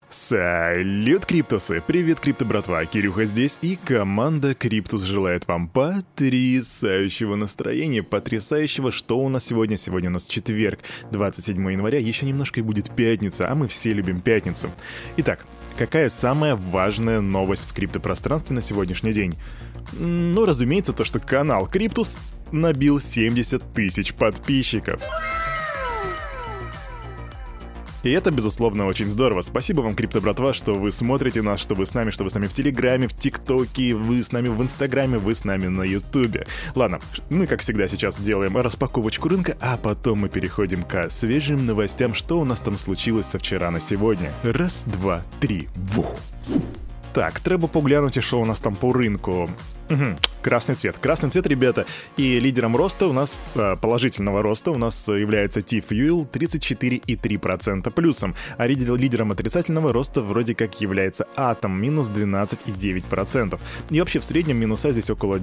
Салют, Криптусы! Привет, Крипто братва! Кирюха здесь, и команда Криптус желает вам потрясающего настроения, потрясающего, что у нас сегодня. Сегодня у нас четверг, 27 января, еще немножко и будет пятница, а мы все любим пятницу. Итак, какая самая важная новость в криптопространстве на сегодняшний день? Ну, разумеется, то, что канал Криптус набил 70 тысяч подписчиков. И это, безусловно, очень здорово. Спасибо вам, Крипто братва, что вы смотрите нас, что вы с нами в Телеграме, в ТикТоке, вы с нами в Инстаграме, вы с нами на Ютубе. Ладно, мы, как всегда, сейчас делаем распаковочку рынка, а потом мы переходим к свежим новостям, что у нас там случилось со вчера на сегодня. Раз, два, три, вух! Так, треба поглянути, що у нас там по рынку. Красный цвет, ребята. И лидером роста у нас, положительного роста, у нас является T-Fuel 34,3% плюсом. А лидером отрицательного роста вроде как является Atom, минус 12,9%. И вообще в среднем минуса здесь около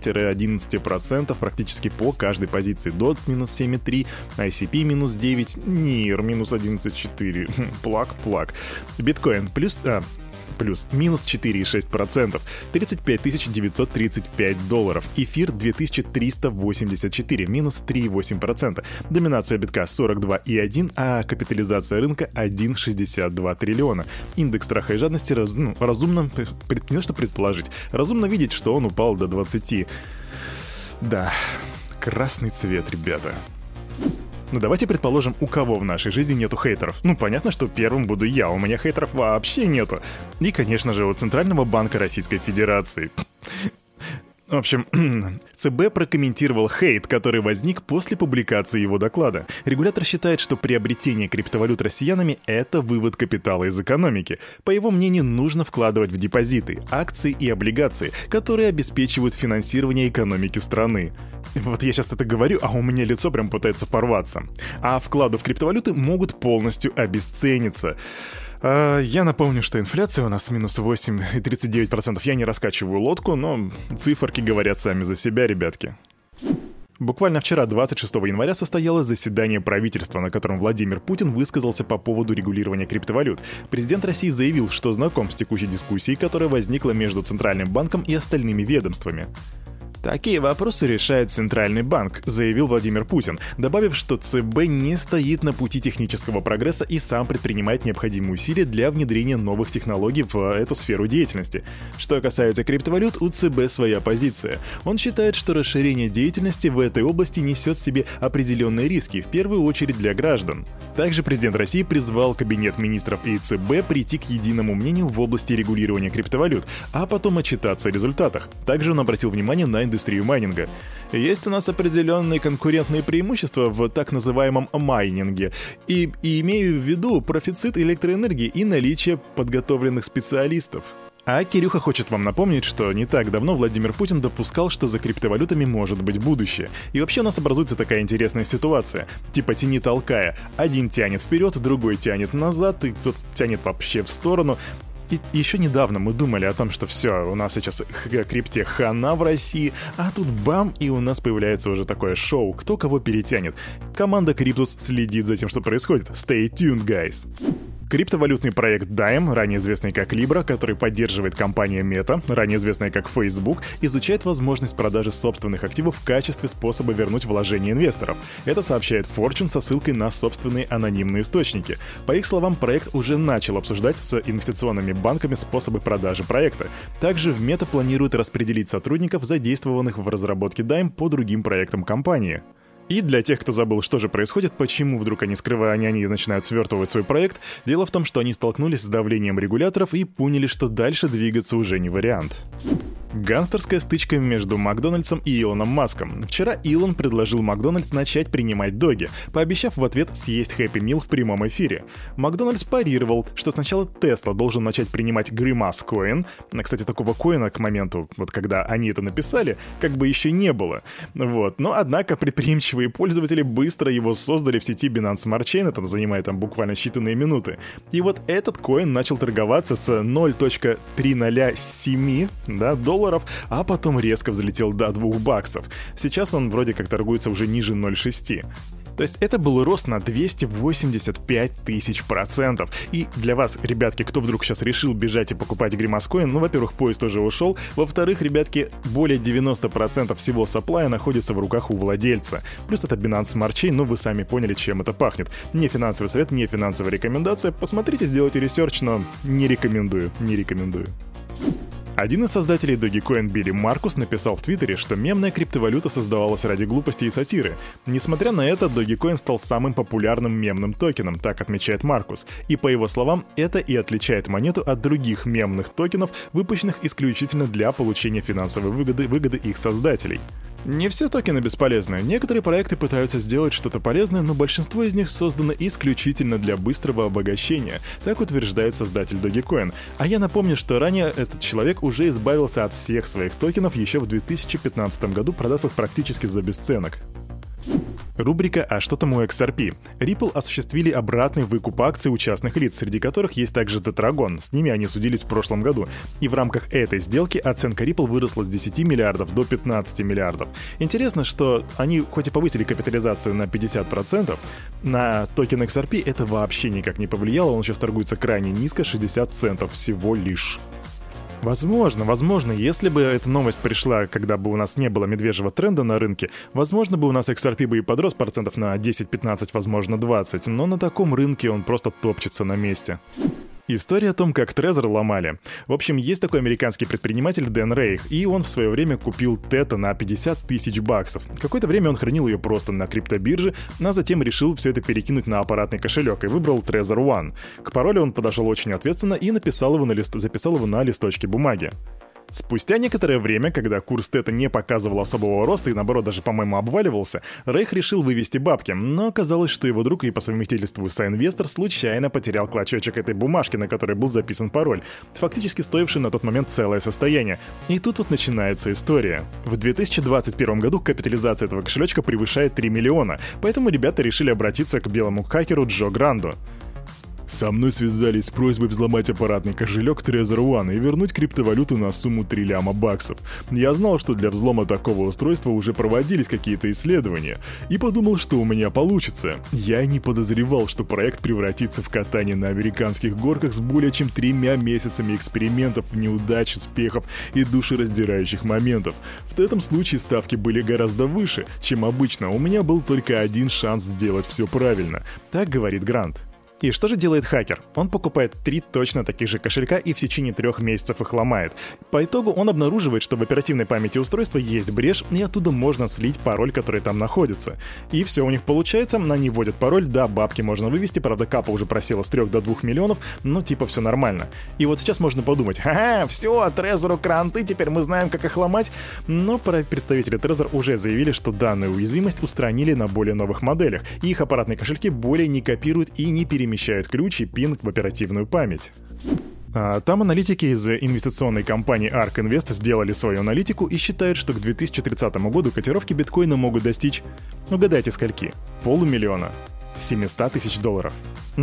10-11% практически по каждой позиции. DOT минус 7,3%, ICP минус 9%, NIR минус 11,4%. Плак. Биткоин плюс минус 4,6%, 35 935 долларов. Эфир 2384, минус 3,8%. Доминация битка 42,1, а капитализация рынка 1,62 триллиона. Индекс страха и жадности разумно, не то что предположить, разумно видеть, что он упал до 20. Да, красный цвет, ребята. Ну давайте предположим, у кого в нашей жизни нету хейтеров. Ну понятно, что первым буду я, у меня хейтеров вообще нету. И, конечно же, у Центрального банка Российской Федерации. В общем, ЦБ прокомментировал хейт, который возник после публикации его доклада. Регулятор считает, что приобретение криптовалют россиянами – это вывод капитала из экономики. По его мнению, нужно вкладывать в депозиты, акции и облигации, которые обеспечивают финансирование экономики страны. Вот я сейчас это говорю, а у меня лицо прям пытается порваться. А вклады в криптовалюты могут полностью обесцениться. Я напомню, что инфляция у нас минус 8,39%. Я не раскачиваю лодку, но циферки говорят сами за себя, ребятки. Буквально вчера, 26 января, состоялось заседание правительства, на котором Владимир Путин высказался по поводу регулирования криптовалют. Президент России заявил, что знаком с текущей дискуссией, которая возникла между Центральным банком и остальными ведомствами. «Такие вопросы решает Центральный банк», — заявил Владимир Путин, добавив, что ЦБ не стоит на пути технического прогресса и сам предпринимает необходимые усилия для внедрения новых технологий в эту сферу деятельности. Что касается криптовалют, у ЦБ своя позиция. Он считает, что расширение деятельности в этой области несет в себе определенные риски, в первую очередь для граждан. Также президент России призвал Кабинет министров и ЦБ прийти к единому мнению в области регулирования криптовалют, а потом отчитаться о результатах. Также он обратил внимание на индустрию майнинга. Есть у нас определенные конкурентные преимущества в так называемом майнинге, и имею в виду профицит электроэнергии и наличие подготовленных специалистов. А Кирюха хочет вам напомнить, что не так давно Владимир Путин допускал, что за криптовалютами может быть будущее. И вообще у нас образуется такая интересная ситуация. Типа тяни-толкая. Один тянет вперед, другой тянет назад, и кто-то тянет вообще в сторону. И еще недавно мы думали о том, что все, у нас сейчас крипте хана в России, а тут бам, и у нас появляется уже такое шоу, кто кого перетянет. Команда Криптус следит за тем, что происходит. Stay tuned, guys! Криптовалютный проект Dime, ранее известный как Libra, который поддерживает компания Meta, ранее известная как Facebook, изучает возможность продажи собственных активов в качестве способа вернуть вложения инвесторов. Это сообщает Fortune со ссылкой на собственные анонимные источники. По их словам, проект уже начал обсуждать с инвестиционными банками способы продажи проекта. Также в Meta планирует распределить сотрудников, задействованных в разработке Dime, по другим проектам компании. И для тех, кто забыл, что же происходит, почему вдруг они начинают свертывать свой проект, дело в том, что они столкнулись с давлением регуляторов и поняли, что дальше двигаться уже не вариант. Гангстерская стычка между Макдональдсом и Илоном Маском. Вчера Илон предложил Макдональдс начать принимать доги, пообещав в ответ съесть Happy Meal в прямом эфире. Макдональдс парировал, что сначала Tesla должен начать принимать Grimace Coin. Кстати, такого коина к моменту, вот когда они это написали, как бы еще не было. Но однако предприимчивые пользователи быстро его создали в сети Binance Smart Chain, это занимает там буквально считанные минуты. И вот этот коин начал торговаться с 0.307 долларов, а потом резко взлетел до $2. Сейчас он вроде как торгуется уже ниже 0.6. То есть это был рост на 285 000%. И для вас, ребятки, кто вдруг сейчас решил бежать и покупать Grimace, ну, во-первых, поезд уже ушел, во-вторых, ребятки, более 90% всего сапплая находится в руках у владельца. Плюс это Binance Smart Chain, ну, вы сами поняли, чем это пахнет. Не финансовый совет, не финансовая рекомендация. Посмотрите, сделайте ресерч, но не рекомендую. Один из создателей Dogecoin Билли Маркус написал в Твиттере, что мемная криптовалюта создавалась ради глупости и сатиры. Несмотря на это, Dogecoin стал самым популярным мемным токеном, так отмечает Маркус. И по его словам, это и отличает монету от других мемных токенов, выпущенных исключительно для получения финансовой выгоды их создателей. Не все токены бесполезны. Некоторые проекты пытаются сделать что-то полезное, но большинство из них создано исключительно для быстрого обогащения, так утверждает создатель Dogecoin. А я напомню, что ранее этот человек уже избавился от всех своих токенов еще в 2015 году, продав их практически за бесценок. Рубрика «А что там у XRP?». Ripple осуществили обратный выкуп акций у частных лиц, среди которых есть также Tetragon. С ними они судились в прошлом году. И в рамках этой сделки оценка Ripple выросла с 10 миллиардов до 15 миллиардов. Интересно, что они хоть и повысили капитализацию на 50%, на токен XRP это вообще никак не повлияло, он сейчас торгуется крайне низко, 60 центов всего лишь. Возможно, если бы эта новость пришла, когда бы у нас не было медвежьего тренда на рынке, возможно бы у нас XRP бы и подрос процентов на 10-15, возможно 20, но на таком рынке он просто топчется на месте. История о том, как Trezor ломали. В общем, есть такой американский предприниматель Дэн Рейх, и он в свое время купил Тета на 50 тысяч баксов. Какое-то время он хранил ее просто на криптобирже, а затем решил все это перекинуть на аппаратный кошелек и выбрал Trezor One. К паролю он подошел очень ответственно и записал его на листочке бумаги. Спустя некоторое время, когда курс Тета не показывал особого роста и, наоборот, даже, по-моему, обваливался, Рейх решил вывести бабки, но оказалось, что его друг и по совместительству соинвестор случайно потерял клочочек этой бумажки, на которой был записан пароль, фактически стоивший на тот момент целое состояние. И тут вот начинается история. В 2021 году капитализация этого кошелечка превышает 3 миллиона, поэтому ребята решили обратиться к белому хакеру Джо Гранду. Со мной связались с просьбой взломать аппаратный кошелек Trezor One и вернуть криптовалюту на сумму 3 ляма баксов. Я знал, что для взлома такого устройства уже проводились какие-то исследования, и подумал, что у меня получится. Я не подозревал, что проект превратится в катание на американских горках с более чем 3 месяцами экспериментов, неудач, успехов и душераздирающих моментов. В этом случае ставки были гораздо выше, чем обычно. У меня был только один шанс сделать все правильно. Так говорит Грант. И что же делает хакер? Он покупает 3 точно таких же кошелька и в течение 3 месяцев их ломает. По итогу он обнаруживает, что в оперативной памяти устройства есть брешь, и оттуда можно слить пароль, который там находится. И все у них получается, они вводят пароль, да, бабки можно вывести, правда капа уже просела с 3 до 2 миллионов, но типа все нормально. И вот сейчас можно подумать, ха-ха, все, Trezor кранты, теперь мы знаем, как их ломать. Но представители Trezor уже заявили, что данную уязвимость устранили на более новых моделях, и их аппаратные кошельки более не копируют и не перемещают ключ и пин в оперативную память. Там аналитики из инвестиционной компании ARK Invest сделали свою аналитику и считают, что к 2030 году котировки биткоина могут достичь, угадайте скольки, $500 000, 700 тысяч долларов.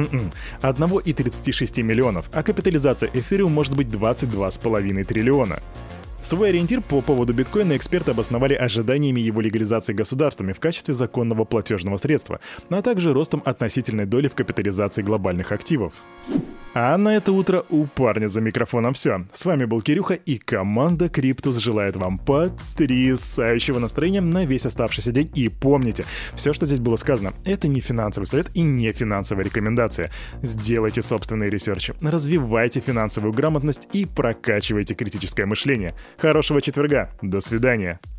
1,36 миллионов, а капитализация Ethereum может быть 22,5 триллиона. Свой ориентир по поводу биткоина эксперты обосновали ожиданиями его легализации государствами в качестве законного платежного средства, а также ростом относительной доли в капитализации глобальных активов. А на это утро у парня за микрофоном все. С вами был Кирюха, и команда Криптус желает вам потрясающего настроения на весь оставшийся день. И помните, все, что здесь было сказано, это не финансовый совет и не финансовая рекомендация. Сделайте собственные ресерчи, развивайте финансовую грамотность и прокачивайте критическое мышление. Хорошего четверга, до свидания.